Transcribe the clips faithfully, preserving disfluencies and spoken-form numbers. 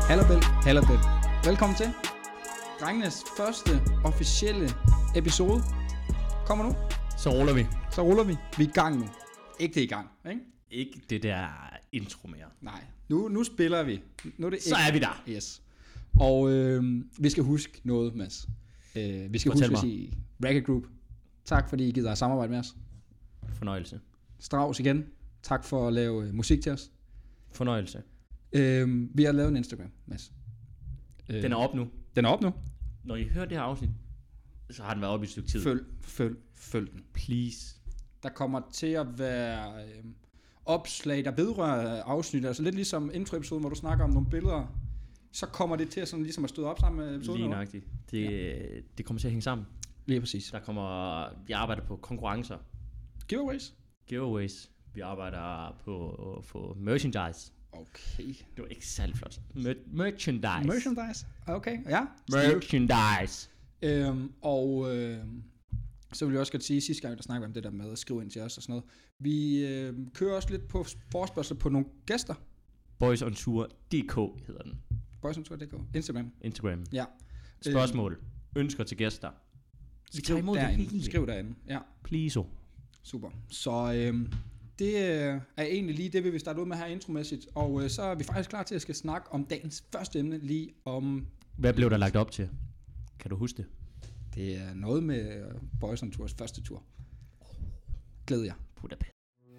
Hallabel, Hallabel. Velkommen til drengenes første officielle episode. Kommer nu. Så ruller vi. Så ruller vi. Vi er i gang nu. Ikke det i gang, ikke? Ikke det der intro mere. Nej, nu, nu spiller vi. Nu er det Så ikke. er vi der. Yes. Og øh, vi skal huske noget, Mads. Øh, vi skal Fortæl huske mig. at sige Racket Group. Tak fordi I gider at samarbejde med os. Fornøjelse. Strauss igen. Tak for at lave øh, musik til os. Fornøjelse. Øh, vi har lavet en Instagram, Mads. Øh, Den er op nu. Den er op nu. Når I hører det her afsnit, så har den været op i et stykke tid. Følg, følg, følg den. Please. Der kommer til at være øh, opslag, der vedrører afsnit, altså lidt ligesom introepisoden, hvor du snakker om nogle billeder, så kommer det til at, sådan, ligesom at støde op sammen med episoden. Lige nøjagtigt. Det, ja. det kommer til at hænge sammen. Lige præcis. Der kommer, vi arbejder på konkurrencer. Giveaways? Giveaways. Vi arbejder på at få merchandise. Okay. Det var ikke særlig flot. Mer- merchandise. Merchandise? Okay, ja. Merchandise. Øhm, og øh, så vil jeg også godt sige, sidste gang der snakkede vi om det der med at skrive ind til os og sådan noget. Vi øh, kører også lidt på forespørgsel på nogle gæster. boysontour punktum d k hedder den. boysontour punktum d k. Instagram. Instagram. Ja. Spørgsmål. Øh, Ønsker til gæster. Vi tager imod det hele. Skriv derinde. Ja. Please. Super. Så øh, det øh, er egentlig lige det, vi vil starte ud med her intromæssigt. Og øh, så er vi faktisk klar til at skal snakke om dagens første emne, lige om... Hvad blev der lagt op til? Kan du huske det? Det er noget med øh, Boys on Tours første tur. Glæder jer. Budapest.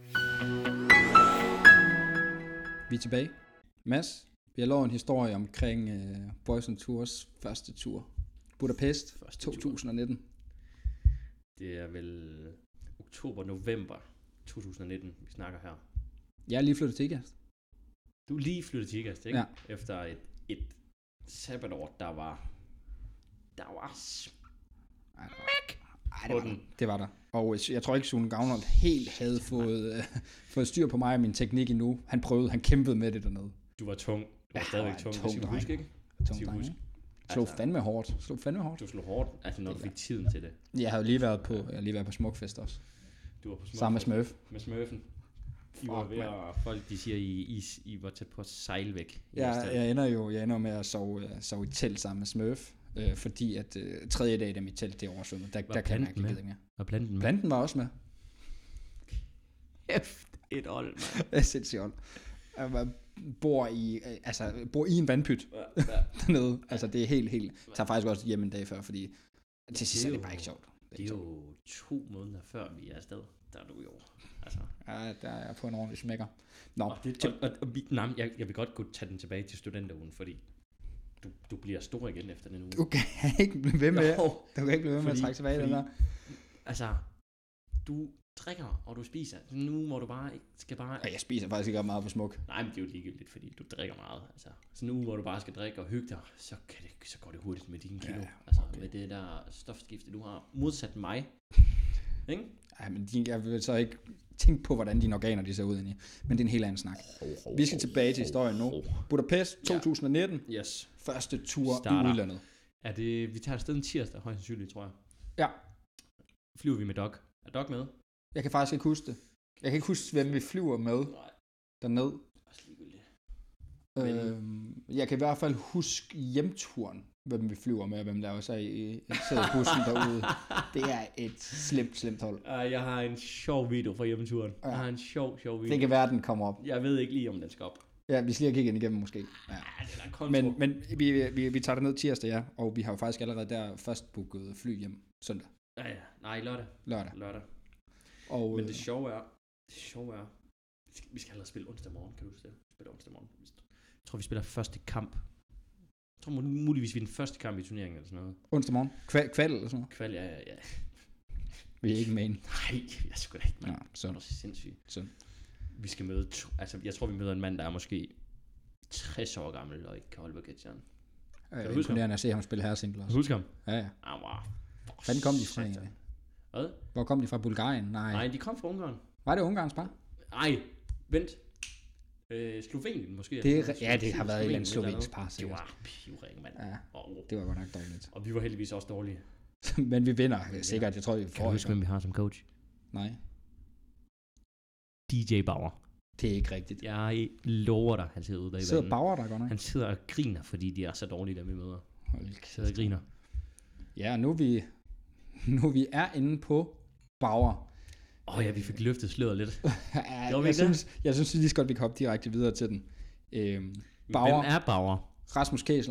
Vi er tilbage. Mads, vi har lavet en historie omkring øh, Boys on Tours første tur. Budapest første to tusind nitten. Tur. Det er vel oktober-november to tusind nitten, vi snakker her. Jeg er lige flyttet til Ikast. Du er lige flyttet til Ikast, ikke? Ja. Efter et, et sabbatår, der var... Der var... Smæk! Ej, det var, den. det var der. Og jeg tror ikke, Sune Gavnold helt havde fået, øh, fået styr på mig og min teknik endnu. Han prøvede, han kæmpede med det dernede. Du var tung. Du var ja, stadigvæk tung. tung. Det skal huske, ikke? Tung dreng, ikke? Slog altså, fandme hårdt. Slog fandme hårdt. Du slog hårdt, altså når du fik tiden til det. Jeg har jo lige været på, jeg har lige været på Smukfest også. Du var på Smukfest. Sammen med Smurf. Med Smurfen. I var ved at, folk de siger, I, I, I var tæt på at sejle væk. Ja, jeg ender jo jeg ender med at sove, sove i telt sammen med Smurf. Øh, fordi at øh, tredje dag, da mit telt det er oversvømmet, der, der kan jeg ikke lide mere. Var planten med? Planten var også med. Kæft, et old, mand. Det er sindssygt old. Jeg bor i, altså, bor i en vandpyt ja, ja. dernede. Altså, det er helt, helt... Jeg tager faktisk også hjem en dag før, fordi til sidst er det bare ikke sjovt. Det er, det er jo to måneder før vi er afsted. Der er du jo. Altså. Ja, der er jeg på en ordentlig smækker. Nå. Og, det, og, og, og, nej, jeg, jeg vil godt kunne tage den tilbage til studenterugen, fordi du, du bliver stor igen efter den uge. Du kan ikke blive ved med, jo, du kan ikke blive ved med fordi, at trække tilbage fordi, den der. Altså, du drikker, og du spiser. Nu hvor du bare ikke skal bare... Ja, jeg spiser faktisk ikke meget på Smuk. Nej, men det er jo ligegyldigt, fordi du drikker meget. Altså, så nu hvor du bare skal drikke og hygge dig, så, kan det, så går det hurtigt med dine kilo. Ja, okay. Altså med det der stofskifte, du har modsat mig. Ikke? Ej, men din, jeg vil så ikke tænke på, hvordan dine organer de ser ud ind i. Men det er en helt anden snak. Vi skal tilbage til historien nu. Budapest to tusind nitten. Ja. Yes. Første tur Starter. i udlandet. Er det, vi tager afsted en tirsdag, højst sandsynligt, tror jeg. Ja. Flyver vi med Doc? Er Doc med? Jeg kan faktisk ikke huske det. Jeg kan ikke huske, hvem vi flyver med. Nej. Derned. Også ligegyldigt. Øhm, jeg kan i hvert fald huske hjemturen, hvem vi flyver med, og hvem der også er i, sidder i bussen derude. Det er et slemt, slemt hold. Uh, jeg har en sjov video fra hjemturen. Ja. Jeg har en sjov, sjov video. Det kan være, den kommer op. Jeg ved ikke lige, om den skal op. Ja, vi skal lige kigge ind igennem måske. Ja. Ja, men men vi, vi, vi tager det ned tirsdag, ja, og vi har jo faktisk allerede der først booket fly hjem søndag. Ja, ja. Nej, lørdag. Lørdag. Lørdag. Og, men det sjove er, det sjove er, vi skal allerede spille onsdag morgen, kan du huske det? Vi spiller onsdag morgen. Jeg tror, vi spiller første kamp. Jeg tror muligvis, vi er den første kamp i turneringen eller sådan noget. Onsdag morgen? Kval, kval eller sådan noget? Kval, ja, ja, ja. Vi er ikke med. Nej, jeg er sgu da ikke med. Ja, sådan. Det er sindssygt. Sådan. Vi skal møde, to, altså jeg tror, vi møder en mand, der er måske tres år gammel og ikke kan holde på ketcheren. Ja, det er imponerende at se ham spille herresingle også. Husk ham? Ja, ja. Ah, wow. Hvordan kom de fra egentlig? Hvad? Hvor kom de fra? Bulgarien? Nej. Nej, de kom fra Ungarn. Var det Ungarns par? Nej, vent. Øh, Slovenien måske. Det er, ja, det har været et eller andet slovensk par. Det var pivring, mand. Ja, oh. det var godt nok dårligt. Og vi var heldigvis også dårlige. Men vi vinder sikkert, jeg tror, vi får. Kan du huske, hvem vi har som coach? Nej. D J Bauer. Det er ikke rigtigt. Jeg lover dig, han sidder ude bag Sidder banen. Bauer der godt nok? Han sidder og griner, fordi de er så dårlige, dem vi møder. Hold Sidder og griner. Ja, nu er vi, nu vi er inde på Bauer. Åh oh, ja, vi fik løftet sløret lidt. ja, jeg, jeg, synes, jeg synes lige så godt, vi kan hoppe direkte videre til den. Øhm, Bauer, Hvem er Bauer? Rasmus Kæsler.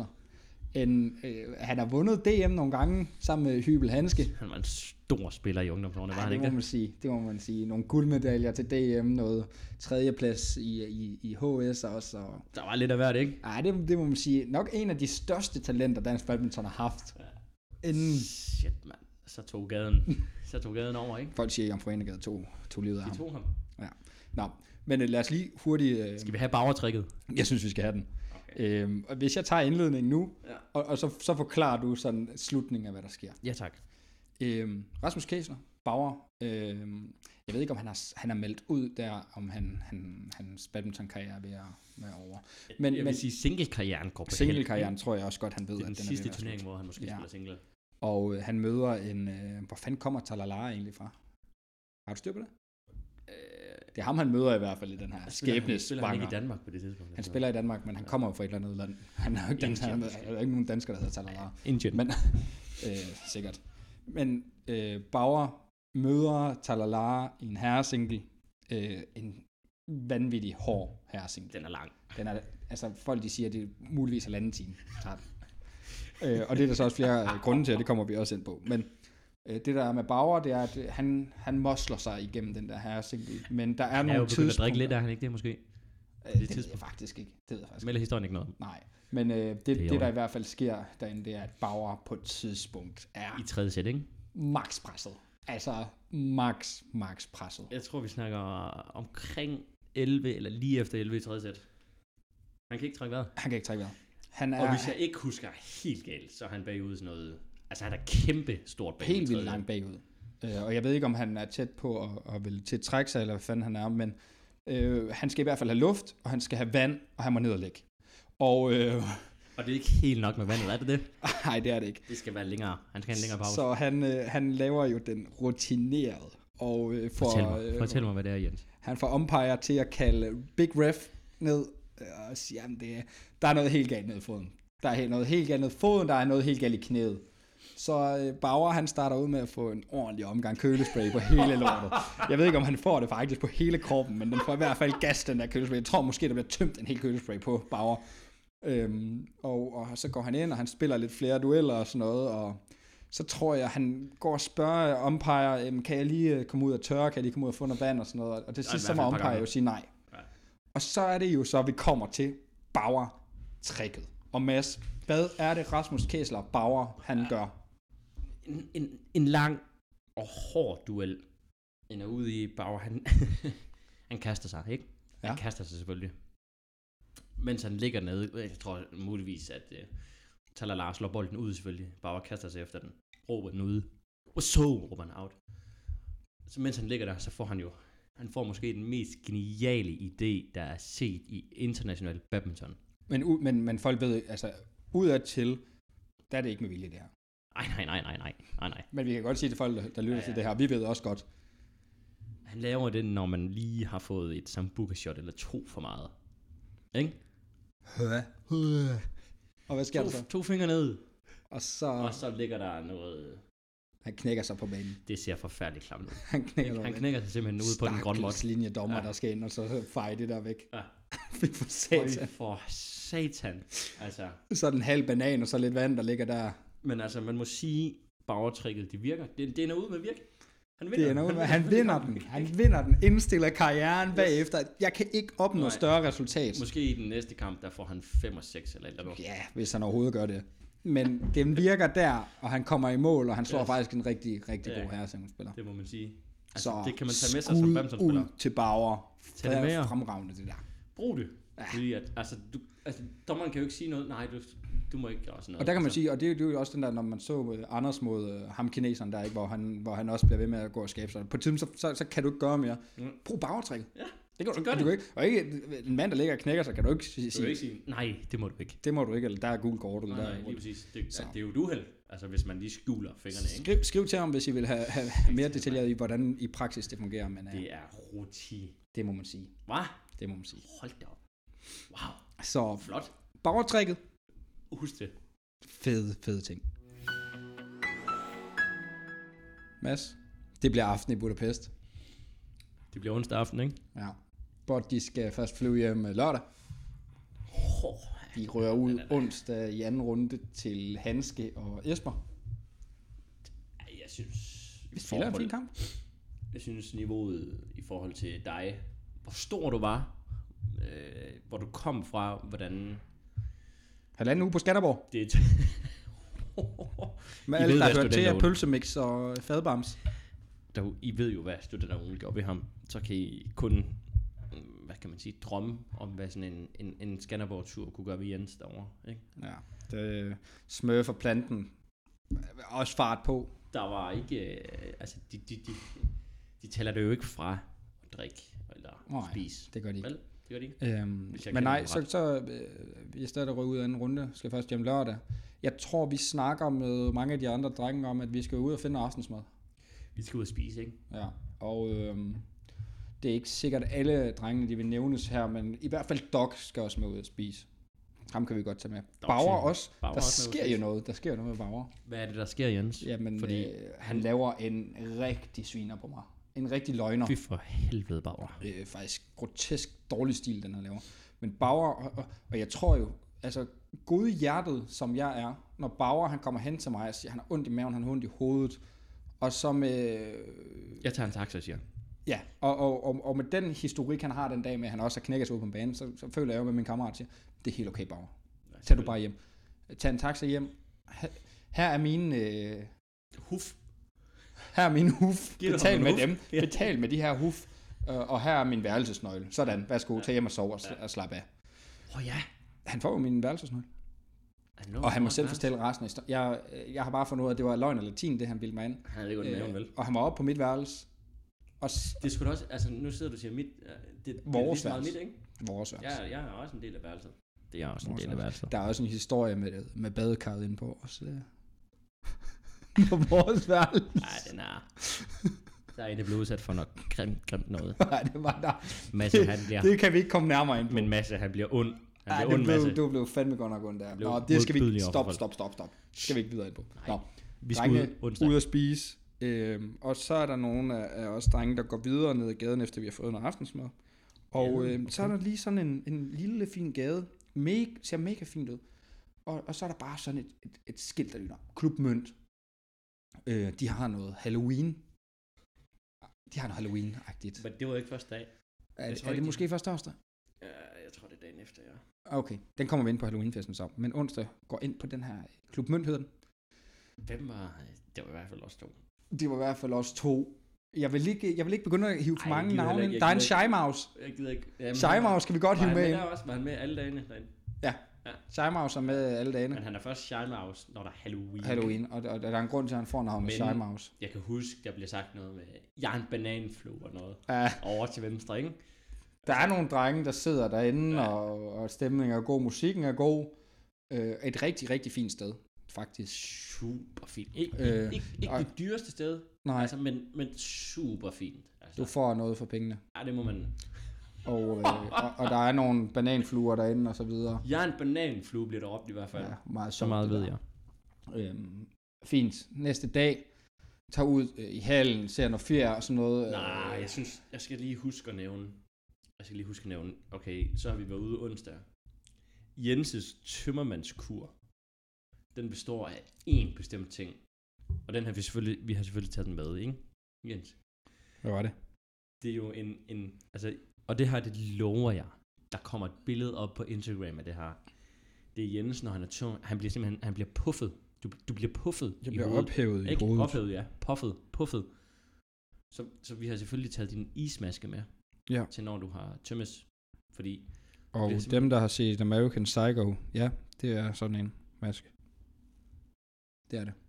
En, øh, han har vundet D M nogle gange sammen med Hybel Hanske. Han var en stor spiller i ungdomsårene, var han det ikke må det? man sige. Det må man sige. Nogle guldmedaljer til D M, noget tredjeplads i, i, i H S også. Og der var lidt af hvert, ikke? Nej, det, det må man sige. Nok en af de største talenter, dansk badminton har haft. Ja. Inden... Shit, mand. Så tog gaden, så tog gaden over, ikke? Folk siger, at Jomfru Enegade tog, tog livet af ham. De tog ham. Ja. Nå, men lad os lige hurtigt... Øh... Skal vi have Bauer-tricket? Jeg synes, vi skal have den. Okay. Øhm, og hvis jeg tager indledningen nu, ja. og, og så, så forklarer du sådan slutningen af, hvad der sker. Ja, tak. Øhm, Rasmus Kæsler, Bauer, øhm, jeg ved ikke, om han har, han har meldt ud der, om han, han, hans badminton-karriere er ved at være over. Men, jeg vil men, sige, single-karrieren går på single-karrieren tror jeg også godt, han ved, det er den, at den sidste er ved turnering, hvor han måske ja. spiller single. Og øh, han møder en... Øh, hvor fanden kommer Talala egentlig fra? Har du styr på det? Øh, det er ham, han møder i hvert fald i den her skæbnes. Spiller han ikke i Danmark på det tidspunkt? Han spiller i Danmark, men han kommer fra et eller andet land. Han er jo ikke, dansk, han er, er ikke nogen dansker, der hedder Talala. Indien. Men, øh, sikkert. Men øh, Bauer møder Talala i en herresingle. Øh, en vanvittig hård herresingle. Den er lang. Den er, altså folk de siger, at det muligvis er halvanden time. Tager den. øh, og det er der så også flere øh, grunde til, og det kommer vi også ind på. Men øh, det der er med Bauer, det er, at øh, han, han mosler sig igennem den der her single. Men der er, er nogle tidspunkter... Han er jo begyndt at drikke lidt, er han ikke det måske? Øh, det, det ved jeg faktisk ikke. Det ved jeg faktisk Melder historien ikke noget? Nej. Men øh, det, det, det, der i hvert fald sker derinde, det er, at Bauer på et tidspunkt er... I tredje sæt, ikke? Max presset. Altså max, max presset. Jeg tror, vi snakker omkring elleve, eller lige efter elleve i tredje sæt. Han kan ikke trække vejret. Han kan ikke trække vejret. Han er, og hvis jeg ikke husker helt galt, så er han bagud sådan noget... Altså han er kæmpe stort bagud. Helt vildt langt bagud. Øh, og jeg ved ikke, om han er tæt på at, at vil til at trække sig, eller hvad fanden han er, men øh, han skal i hvert fald have luft, og han skal have vand, og han må ned og ligge. Og, øh, og det er ikke helt nok med vandet, er det det? Nej, det er det ikke. Det skal være længere. Han skal have en længere pause. Så han, øh, han laver jo den rutinerede. Og, øh, for, fortæl, mig. Øh, fortæl mig, hvad det er, Jens. Han får umpire til at kalde Big Ref ned, og siger, at det, der er noget helt galt ned i foden. Der er noget helt galt ned i foden, der er noget helt galt i knæet. Så øh, Bauer, han starter ud med at få en ordentlig omgang kølespray på hele lortet. Jeg ved ikke, om han får det faktisk på hele kroppen, men den får i hvert fald gas, den der kølespray. Jeg tror måske, der bliver tømt en hel kølespray på Bauer. Øhm, og, og så går han ind, og han spiller lidt flere dueller og sådan noget, og så tror jeg, han går og spørger umpire, øhm, kan jeg lige komme ud og tørre, kan jeg lige komme ud og få noget vand og sådan noget, og det sidste så må umpire jo sige nej. Ja. Og så er det jo så, vi kommer til Bauer-tricket. Og Mads, hvad er det Rasmus Kæsler Bauer, han ja. gør? En, en, en lang og hård duel. En er ude i Bauer, han, han kaster sig, ikke? Han ja. kaster sig selvfølgelig. Mens han ligger nede, jeg tror muligvis, at uh, Talala slår bolden ud selvfølgelig. Bauer kaster sig efter den, råber den ude. Og så råber han out. Så mens han ligger der, så får han jo, han får måske den mest geniale idé, der er set i international badminton. Men, men, men folk ved, altså udadtil, der er det ikke med vilje det her. Nej, nej, nej, nej, nej, nej. Men vi kan godt sige til folk, der lytter ja, ja. til det her, vi ved også godt. Han laver det, når man lige har fået et sambuca-shot eller to for meget. Ikke? Hø. Og hvad sker to, der så? To fingre ned. Og så... Og så ligger der noget... Han knækker sig på banen. Det ser forfærdeligt klamt ud. Han knækker, han knækker sig simpelthen ude på den grønne måtte. Linje dommer, ja. der skal ind, og så feje det der væk. Ja. Fy for satan. For satan. Altså. Så er den halv banan, og så lidt vand, der ligger der. Men altså, man må sige, Bauer-tricket, det virker. Det, det ender ud med virke. Han vinder, det er han, han, han vinder den. Han vinder den. Indstiller karrieren yes. bagefter. Jeg kan ikke opnå Nej. større resultat. Måske i den næste kamp, der får han fem og seks eller eller noget. Ja, hvis han overhovedet gør det. Men den virker der, og han kommer i mål, og han slår yes. faktisk en rigtig, rigtig ja, god herresinglespiller. Det må man sige. Altså, så det kan man tage med sig som badmintonspiller. Ud til Bauer. Tag det med jer. Fremragende det der. Brug det. Ja. Fordi at, altså, du, altså, dommeren kan jo ikke sige noget. Nej, du, du må ikke gøre sådan noget. Og der kan man altså. sige, og det, det er jo også den der, når man så Anders mod uh, ham kineseren der, ikke, hvor, han, hvor han også bliver ved med at gå og skabe sig. På tiden, så, så, så kan du ikke gøre mere. Mm. Brug Bauer-tricket. Ja. Det kan du, gør du det. Ikke. Og ikke en mand, der ligger og knækker sig, kan du ikke sige... Du kan ikke sige, nej, det må du ikke. Det må du ikke, eller der er gul kort. Eller nej, der nej, lige præcis. Det, altså, det er jo et uheld, altså hvis man lige skjuler fingrene. Ikke? Skriv, skriv til ham, hvis I vil have, have mere detaljeret i, hvordan i praksis det fungerer. Men, det er ruti. Det må man sige. Hvad? Det må man sige. Hold da op. Wow. Så flot. Bauer-tricket. Husk det. Fede, fede ting. Mads, det bliver aften i Budapest. Det bliver onsdag aften, ikke? Ja. Bot, de skal først flyve hjem lørdag. De rører ud onsdag i anden runde til Hanske og Esper. Jeg synes... Vi spiller en fin kamp. Jeg synes niveauet i forhold til dig, hvor stor du var, øh, hvor du kom fra, hvordan... Halvanden uge på Skanderborg. Det med alt, der hører til af pølsemix og fadbams. Der, I ved jo, hvad studenterungen gjorde ved ham. Så kan I kun, hvad kan man sige, drømme om, hvad sådan en, en, en Skanderborg-tur kunne gøre ved Jens derovre. Ikke? Ja, det smør for planten. Også fart på. Der var ikke, øh, altså de, de, de, de tæller det jo ikke fra at drikke eller nej, spise. Det gør de ikke. Vel? Det gør de ikke. Øhm, men nej, så, så øh, vi er stadig røget ud af anden runde. Skal først hjem lørdag. Jeg tror, vi snakker med mange af de andre drenge om, at vi skal ud og finde aftensmad. Vi skal ud og spise, ikke? Ja, og øhm, det er ikke sikkert, at alle drengene de vil nævnes her, men i hvert fald Doc skal også med ud og spise. Ham kan vi godt tage med. Bauer også. Bauer der også sker jo noget. Der sker jo noget med Bauer. Hvad er det, der sker, Jens? Jamen, Fordi øh, han laver en rigtig sviner på mig. En rigtig løgner. Fy for helvede, Bauer. Øh, faktisk grotesk dårlig stil, den han laver. Men Bauer, og, og, og jeg tror jo, altså gode hjertet, som jeg er, når Bauer han kommer hen til mig og siger, han har ondt i maven, han har ondt i hovedet, og så med... Jeg tager en taxa, siger han. Ja, og, og, og, og med den historik, han har den dag med, at han også har knækket sig ud på en bane, så, så føler jeg jo med min kammerat siger, det er helt okay, Bauer. Tag du bare hjem. Tag en taxa hjem. Her er mine... Øh, huf. Her er mine huf. Betal med huf. dem. Betal med de her huf. Og her er min værelsesnøgle. Sådan, værsgo, ja. Tag hjem og sove og, og slap af. Åh oh, ja. Han får jo min værelsesnøgle. Og han må selv fortælle resten af historien. Jeg, jeg har bare fundet ud af, at det var løgn og latin, det han ville mig ind. Han havde ikke ondt i maven, vel? Og han var oppe på mit værelse. Og s- det skulle også, altså nu sidder du og siger mit, det, det vores er lidt mit, ikke? Vores værelse. Ja, jeg er også en del af værelset. Det er også en del af værelset. Der er også en historie med, med badekarret inde på os. På vores værelse. Nej, den er... Der er en, der blev udsat for noget grimt, grimt noget. Nej, det var der. Masse, han bliver... Det kan vi ikke komme nærmere ind på. Men Masse, han bliver ond. Han Ej, bliver ond, blev, Masse. Du blev fandme godt nok ond der. Nå, det skal vi... Stop, stop, stop, stop. Det skal vi ikke videre ind på. Nå, vi skal ud onsdag. Ud at spise. Øhm, og så er der nogle af, af os drenge, der går videre ned ad gaden, efter vi har fået noget aftensmad. Og ja, okay. øhm, så er der lige sådan en, en lille fin gade. Mega, ser mega fint ud. Og, og så er der bare sådan et, et, et skilt, der lyder. Klub Mønt. Øh, de har noget Halloween. De har noget Halloween-agtigt. Men det var ikke første dag. Er, er det de... måske første torsdag? Ja, jeg tror det er dagen efter, ja. Okay, den kommer vi ind på Halloween-festen så. Men onsdag går ind på den her Klub Mønt, hedder den. Hvem var... Det var i hvert fald også to. Det var i hvert fald også to. Jeg vil ikke, jeg vil ikke begynde at hive for mange navne ind. Der er en Shy Mouse. Jeg gider ikke. Jamen, Shy Mouse skal vi godt hive med ind. Var han med der også? Var han med alle dagene derinde? Ja. Ja. Shy Mouse er med alle dagene. Men han er først Shy Mouse, når der er Halloween. Halloween, og der, og der er en grund til, at han får navnet Shy Mouse. Jeg kan huske, der bliver sagt noget med Jan Bananflu og noget. Ja. Over til venstre, ikke? Der er nogle drenge, der sidder derinde, ja. og, og stemningen er god, musikken er god. Øh, et rigtig, rigtig fint sted, faktisk. Super fint. Ik- øh, ikke ikke og, det dyreste sted, nej. Altså, men, men super fint. Altså. Du får noget for pengene. Ja, det må man. Og, øh, og, og der er nogle bananfluer derinde, og så videre. Jeg er en bananflue, bliver der råbt i hvert fald. Ja, meget så meget ved jeg. Øhm, fint. Næste dag, tager ud øh, i hallen, ser noget fjer og sådan noget. Nej, jeg synes, jeg skal lige huske at nævne. Jeg skal lige huske at nævne. Okay, så har vi været ude onsdag. Jenses tømmermandskur. Den består af én bestemt ting. Og den har vi selvfølgelig, vi har selvfølgelig taget den med, ikke? Jens. Hvad var det? Det er jo en, en altså, og det her, det lover jeg. Der kommer et billede op på Instagram af det her. Det er Jens, når han er tung. Han bliver simpelthen, han bliver puffet. Du, du bliver puffet Jeg i bliver hovedet. ophævet i Ikke hovedet. ophævet, ja. Puffet, puffet. Så, så vi har selvfølgelig taget din ismaske med. Ja. Til når du har tømmes. Fordi... Og dem, der har set American Psycho, ja, det er sådan en maske. Det er det.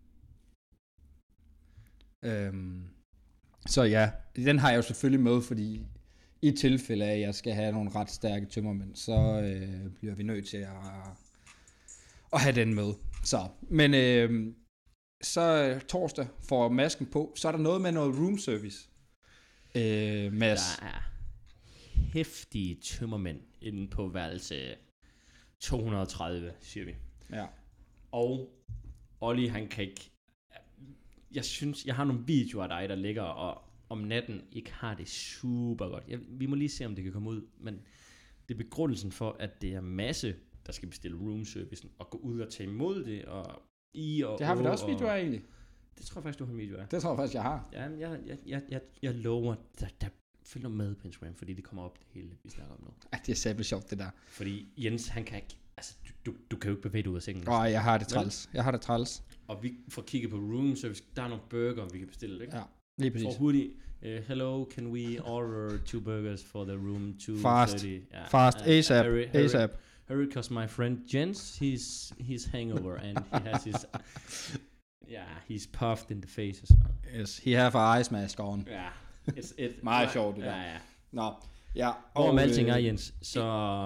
Øhm, så ja, den har jeg jo selvfølgelig med, fordi i tilfælde af, at jeg skal have nogle ret stærke tømmermænd, så øh, bliver vi nødt til at, at have den med. Så, men øh, så torsdag får masken på, så er der noget med noget room service. Øh, Mads. Der er hæftige tømmermænd inde på værelse to hundrede og tredive, siger vi. Ja. Og Olli, han kan ikke... Jeg synes, jeg har nogle videoer af dig, der ligger og om natten ikke har det super godt. Jeg, vi må lige se, om det kan komme ud, men det er begrundelsen for, at det er masse, der skal bestille roomservicen, og gå ud og tage imod det, og i og Det har vi da også og, videoer af, egentlig. Det tror jeg faktisk, du har videoer af. Det tror jeg faktisk, jeg har. Ja, jeg, jeg, jeg, jeg, jeg lover, der, der følger med på Instagram, fordi det kommer op det hele, vi snakker om nu. Ej, det er simpelthen sjovt, det der. Fordi Jens, han kan ikke, altså, du, du, du kan jo ikke bevæge dig ud af sengen. Åh, jeg har det træls. Jeg har det træls. Og vi får kigget på room service, der er nogle burger, vi kan bestille, ikke? Ja, lige præcis. For hurtigt, uh, hello, can we order two burgers for the room two thirty? Fast, yeah. fast, uh, ASAP, hurry, hurry, ASAP. Hurry, because my friend Jens, he's, he's hangover, and he has his, yeah, he's puffed in the face. Yes, he have a ice mask on. Ja, yeah, it's, it, Meget sjovt, det der. Ja, ja. Nå, ja. Hvorom og, alting er, øh, Jens, så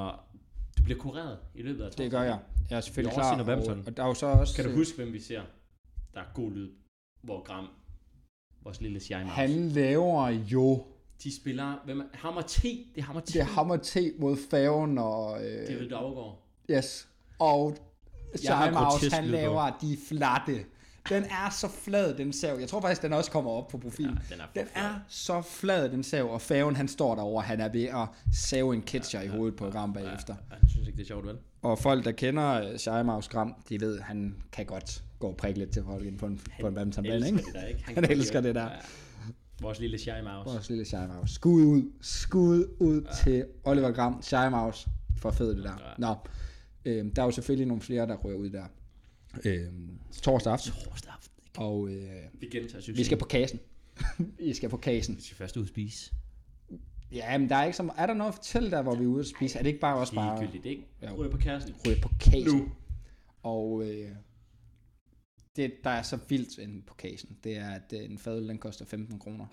du bliver kureret i løbet af Det gør jeg. Jeg er selvfølgelig Vi har også klar. set Og, noget og der er jo så også... Kan du huske, hvem vi ser? Der er god lyd. Hvor Gram, vores lille Shy Mouse. Han laver jo... De spiller... Hvem er? Hammer T. Det er Hammer T. Det er Hammer T mod Faven og... Øh, David Dovgaard. Yes. Og Shy har Mouse, grotesk han lyd på. laver de flatte. Den er så flad, den sav. Jeg tror faktisk, den også kommer op på profilen. Ja, den er, den er så flad, den sav. Og Faven, han står derovre. Han er ved at save en ketcher ja, ja, i hovedet på Gram bagefter. Ja, jeg synes ikke, det er sjovt, vel? Og folk, der kender Shy Mouse Gram, de ved, han kan godt gå og prikke lidt til folk ind på en, på en badmintonbane, ikke? Det der, ikke? Han, han elsker det der. Ja. Vores lille Shy Mouse. Vores lille Shy Mouse. Skud ud. Skud ud ja. til Oliver Gram. Shy Mouse. For fedt det der. Ja. Nå. Øhm, der er jo selvfølgelig nogle flere, der rører ud der. Øhm, torsdag aften. Torsdag aften. Og øh, vi gentager vi skal på kassen. vi skal på kassen. Vi skal først ud og spise. Ja, men der er ikke så... Er der noget at fortælle der, hvor vi er ude at spise? Er det ikke bare også bare... Ligegyldigt, ikke? Rører på kassen. Rører på kassen. Nu. Og øh, det, der er så vildt inde på kassen, det er, at en fadøl, den koster femten kroner.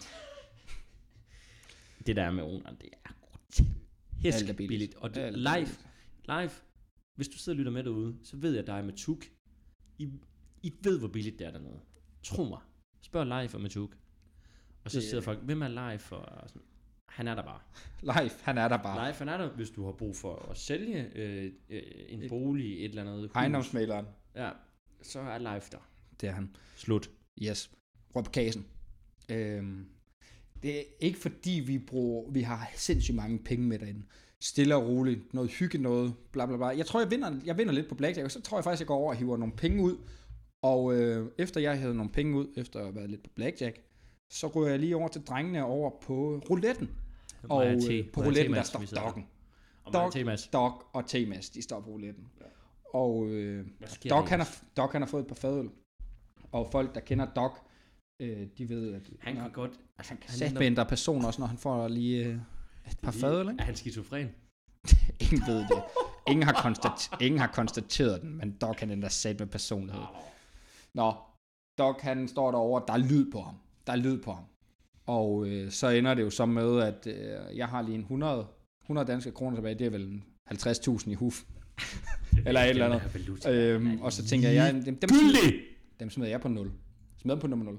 Det der er med ungerne, det er hæsk billigt. billigt. Og det, live, live, hvis du sidder og lytter med derude, så ved jeg, at der er med Tuk. I, I ved, hvor billigt det er dernede. Tro mig. Spørg live om med Tuk. Og så det, sidder folk, hvem er live for... Sådan, han er der bare. Live, han er der bare. Live, han er der, hvis du har brug for at sælge øh, øh, en bolig, et eller andet. Ejendomsmæleren. Ja, så er live der. Det er han. Slut. Yes. Rød på kassen. Øhm, det er ikke fordi, vi bruger, vi har sindssygt mange penge med derinde. Stille og roligt. Noget hygge, noget bla bla bla. Jeg tror, jeg vinder, jeg vinder lidt på blackjack, og så tror jeg faktisk, jeg går over og hiver nogle penge ud. Og øh, efter jeg havde nogle penge ud, efter at have været lidt på blackjack, så ryger jeg lige over til drengene over på rouletten. Og øh, på rouletten, der står Doggen. Dog, Dog og T-Mads, de står på rouletten. Ja. Og øh, Dog, han har, Dog, han har fået et par fadøl. Og folk, der kender Dog, øh, de ved, at han kan godt... Altså, han kan sætte ændre person også, når han får lige øh, et par fadøl, ikke? Er han skizofren? Ingen ved det. Ingen har, konstat- ingen har konstateret den, men Dog kan ændre sæt med personlighed. Nå, Dog, han står derovre, der er lyd på ham. Der er lyd på ham. Og øh, så ender det jo så med, at øh, jeg har lige en hundrede, hundrede danske kroner tilbage. Det er vel halvtreds tusind i huf. Eller et eller andet. Øhm, og så tænker jeg, dem, dem, dem, dem smider jeg på nul. Smider dem på nummer nul.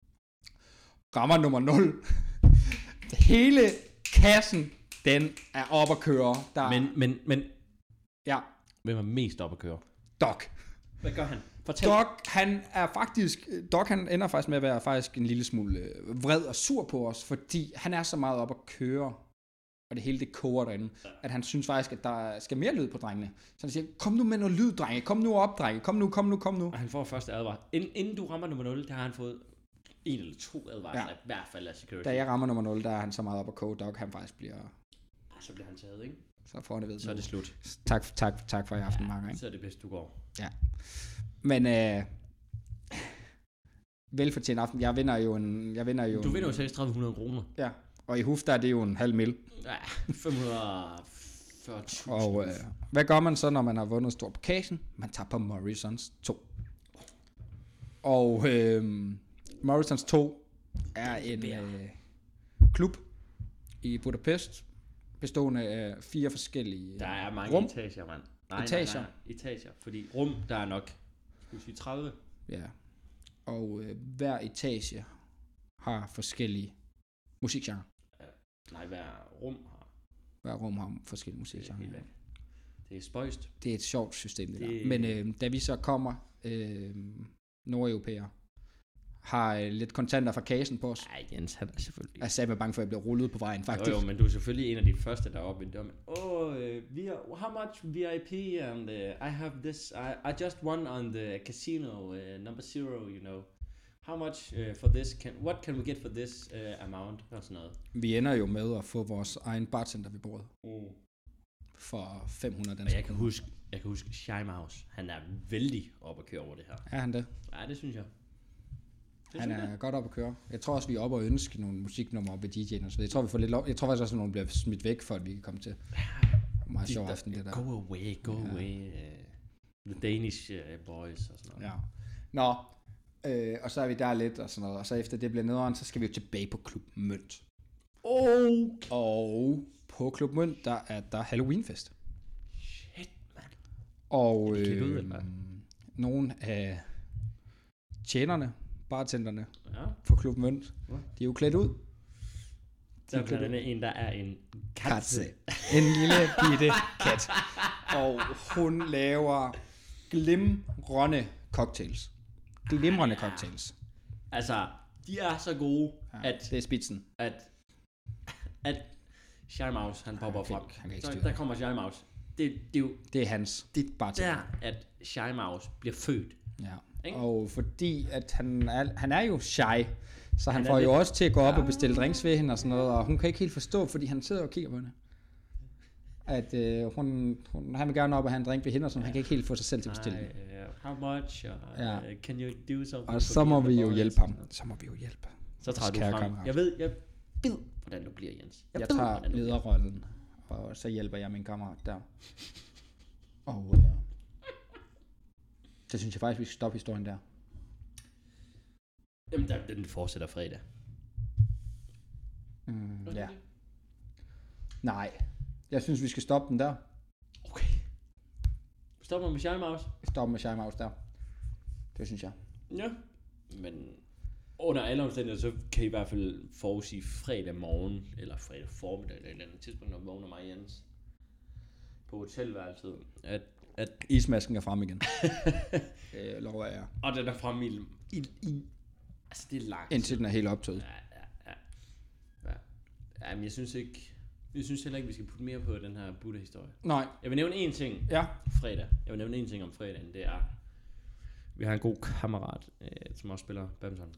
Rammer nummer nul. Hele kassen, den er op at køre. Der... Men, men, men... Ja. Hvem er mest op at køre? Dog. Hvad gør han? Fortæl. Dog, han er faktisk, Dog, han ender faktisk med at være faktisk en lille smule øh, vred og sur på os, fordi han er så meget op at køre, og det hele det koger derinde, at han synes faktisk, at der skal mere lyd på drengene. Så han siger, kom nu med noget lyd, drenge, kom nu op, drenge, kom nu, kom nu, kom nu. Og han får først advarsel. Inden, inden du rammer nummer nul, der har han fået en eller to advarsler, ja. I hvert fald af security. Da jeg rammer nummer nul, der er han så meget op at koge, Dog, han faktisk bliver... Så bliver han taget, ikke? Så får han det ved. Så er det slut. Tak, tak, tak for i aften, ja, mange gange. Så er det bedst, du går. Ja. Men øh, velfortjent aften. Jeg vinder jo en... Jeg vinder jo du vinder jo seksogtredive hundrede kroner. Ja, og i Huf, der er det jo en halv mil. Ja, fem hundrede og fyrre tusind. Og øh, hvad gør man så, når man har vundet stor på cashen? Man tager på Morrisons to. Og øh, Morrisons to er en øh, klub i Budapest, bestående af fire forskellige der er mange rum. etager, mand. Nej, etager. Nej, nej, etager. Fordi rum, der er nok, skal vi sige tredive? Ja. Og øh, hver etage har forskellige musikgenre. Nej, hver rum har hver rum har forskellige musikgenre. Det, det er spøjst. Det er et sjovt system, det, det der. Men øh, da vi så kommer, øh, nordeuropæere, har øh, lidt kontanter fra kassen på os. Nej, Jens, han er selvfølgelig... Jeg sagde mig bange for, at jeg blev rullet på vejen, faktisk. Jo, jo, men du er selvfølgelig en af de første, der er oppe i døren. Åh, oh, uh, we are, how much V I P, and uh, I have this, I, I just won on the casino, uh, number zero, you know. How much uh, for this, can, what can we get for this uh, amount, og sådan noget. Vi ender jo med at få vores egen bartender ved bordet. Mm. For fem hundrede danske. Og jeg kan huske, jeg kan huske Shy Mouse, han er vældig oppe at køre over det her. Er han det? Ja, det synes jeg. Det han synes er jeg. godt oppe at køre. Jeg tror også, vi er oppe og ønske nogle musiknumre ved D J'en og så videre. Jeg tror, vi får lidt lov. Jeg tror faktisk også, at nogen bliver smidt væk, for at vi kan komme til. Meget sjov aften, det der. Go away, go ja. away. Uh, the Danish uh, boys og sådan noget. Ja. Nå, øh, og så er vi der lidt og sådan noget. Og så efter det bliver nederen, så skal vi jo tilbage på Klub Mønt. Oh. Og på Klub Mønt, der er der Halloweenfest. Shit, man. Og øh, nogle af tjenerne, bartenderne ja. på Klub Mønt, ja. de er jo klædt ud. Der er blandt andet en, der er en katse. En lille bitte kat. Og hun laver glimrende cocktails. Glimrende ja. cocktails. Altså, de er så gode, ja, at... Det er spidsen. At, at Shy Mouse, han popper frem. Så der kommer Shy Mouse. Det, det, er jo, det er hans. Det er der, at Shy Mouse bliver født. Ja. Ikke? Og fordi at han er, han er jo shy, så han, han får jo lidt... også til at gå op ja. og bestille drinks ved hende og sådan noget, og hun kan ikke helt forstå, fordi han sidder og kigger på hende, at øh, hun, hun, han vil gerne op og have en drink ved hende, og sådan, ja. han kan ikke helt få sig selv til at bestille den. How much? Uh, ja. Can you do something? Og så må vi jo hjælpe ham. Så må vi jo hjælpe. Så tager du frem. Kammerat. Jeg ved, jeg ved, hvordan du bliver, Jens. Jeg, jeg ved, tager lederrollen, og så hjælper jeg min kammerat der. Og øh, det synes jeg faktisk, vi skal stoppe historien der. Jamen, der, den fortsætter fredag. Mm, ja. Nej. Jeg synes, vi skal stoppe den der. Okay. Stopper med Shy Mouse? Stopper med Shy Mouse der. Det synes jeg. Ja. Men under alle omstændigheder, så kan I i hvert fald forudsige fredag morgen, eller fredag formiddag, eller et eller andet tidspunkt, når vi vågner mig Jens på hotelværelset, at at ismasken er frem igen. Det lover jeg. Og den er frem i, i, i altså det er langt. Indtil den er helt optøjet. Ja, ja, ja. ja. ja men jeg synes ikke, jeg synes heller ikke, vi skal putte mere på den her Buddha-historie. Nej. Jeg vil nævne en ting. Ja. Fredag. Jeg vil nævne en ting om fredagen. Det er, vi har en god kammerat, øh, som også spiller badminton.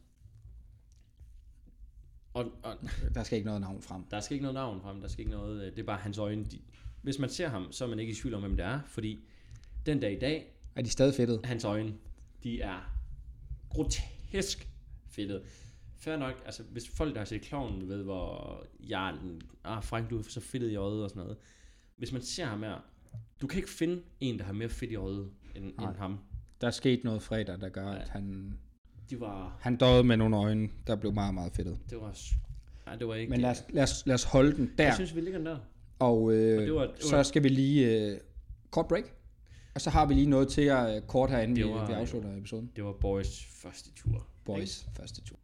Og, og der skal ikke noget navn frem. Der skal ikke noget navn frem. Der skal ikke noget. Det er bare hans øjne. De, hvis man ser ham, så er man ikke i tvivl om, hvem det er, fordi den dag i dag er de stadig fedtede. Hans øjne, de er grotesk fedtede. Fair nok, altså hvis folk der har set Klovnen ved hvor jeg ah Frank, du er så fedtet i øjet og sådan noget. Hvis man ser ham her, du kan ikke finde en der har mere fedt i øjet end, end ham. Der er sket noget fredag, der gør ja. at han de var han døde med nogle øjne, der blev meget meget fedtet. Det var nej, det var ikke. Men lad os, lad os, lad os holde den der. Jeg synes vi ligger den der. Og, øh, og det var, det var, så skal vi lige øh, kort break. Og så har vi lige noget til at uh, kort herinde, vi, vi afslutter episoden. Det var Boys første tur. Boys ikke? første tur.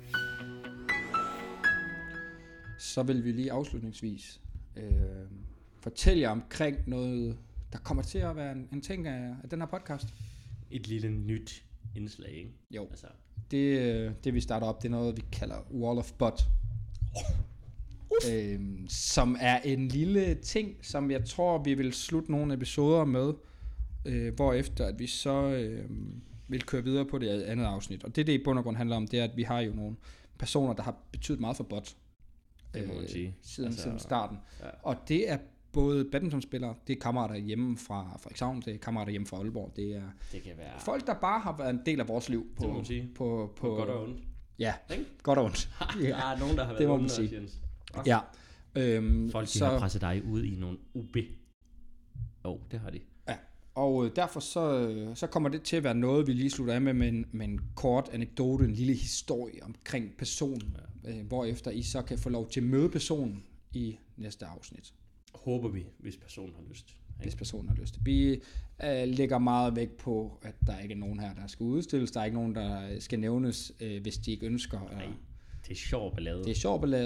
Så vil vi lige afslutningsvis øh, fortælle jer omkring noget, der kommer til at være en, en ting af, af den her podcast. Et lille nyt indslag, ikke? Jo. Altså. Det, det vi starter op, det er noget, vi kalder Wall of Butt. Uh. Øhm, som er en lille ting, som jeg tror, vi vil slutte nogle episoder med. Øh, hvorefter at vi så øh, vil køre videre på det andet afsnit. Og det, det i bund og grund handler om, det er, at vi har jo nogle personer, der har betydet meget for bot øh, siden, altså, siden starten. Ja. Og det er både badmintonspillere, det er kammerater hjemme fra Frederikshavn, det er kammerater hjemme fra Aalborg. Det er det kan være folk, der bare har været en del af vores liv. På, det må man sige. På, på, på godt og ondt. Ja, ikke? Godt og ondt. Ja, der er nogen, der har været det må man sige. Jens. Ja. Øhm, folk, de så, har presset dig ud i nogle U B. Åh, oh, det har de. Ja. Og derfor så, så kommer det til at være noget, vi lige slutter af med, med en, med en kort anekdote, en lille historie omkring personen, ja. øh, hvorefter I så kan få lov til at møde personen i næste afsnit. Håber vi, hvis personen har lyst. Ikke? Hvis personen har lyst. Vi øh, lægger meget vægt på, at der ikke er nogen her, der skal udstilles. Der er ikke nogen, der skal nævnes, øh, hvis de ikke ønsker. Nej, det er sjov ballade. Det er sjov ballade.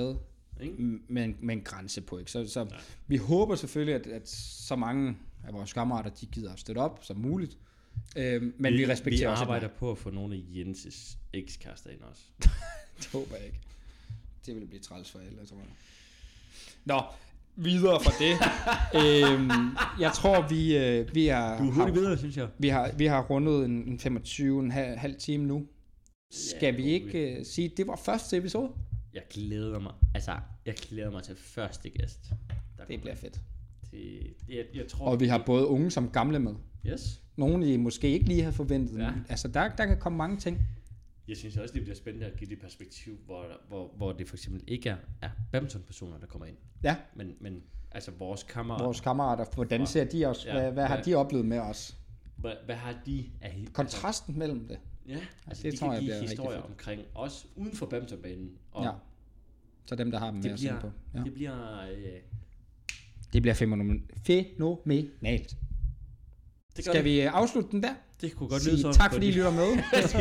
med, med en grænse på, ikke? Så, så vi håber selvfølgelig, at, at så mange af vores kammerater, de gider at støtte op som muligt. Øhm, men vi, vi respekterer vi også... Vi arbejder på at få nogle af Jenses ekskærester ind også. Det håber jeg ikke. Det vil blive træls for alle, tror jeg. Nå, videre fra det. øhm, jeg tror, vi, øh, vi har... Du er hurtigt videre, synes jeg. Vi har, vi har rundet en, en femogtyve, en halv, halv time nu. Skal ja, vi ikke uh, sige, at det var første episode? Jeg glæder mig. Altså, jeg glæder mig til første gæst. Det bliver fedt. Det, jeg, jeg tror, og vi har både unge som gamle med. Yes. Nogle, I måske ikke lige har forventet. Ja. Altså, der, der kan komme mange ting. Jeg synes også, det bliver spændende at give det perspektiv, hvor, hvor, hvor det for eksempel ikke er, er badmintonpersoner, der kommer ind. Ja. Men, men altså vores kammerater. Vores kammerater, hvordan ser de også? Ja, hvad, hvad har de oplevet med os? Hvad, hvad har de af... Kontrasten altså, mellem det. Ja, altså det de tror, kan give historier omkring os uden for badmintonbanen. Og ja. Så dem, der har dem med bliver, at på. Ja. Det bliver... Øh, det bliver fænomenalt. Det Skal det. vi afslutte den der? Det kunne godt lyde sådan. Tak fordi I lytter med.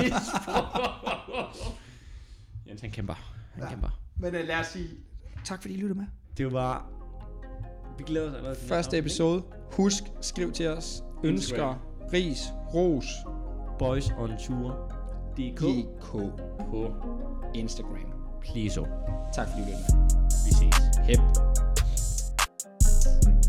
Jens, han kæmper. Han ja. kæmper. Men uh, lad os sige tak fordi I lytter med. Det var... Vi glæder os allerede. Første episode. Husk, skriv til os. Ønsker, ris, ros. Boys on Tour. D K. På Instagram. Please. Tak fordi I lytter med. Vi ses. Hep.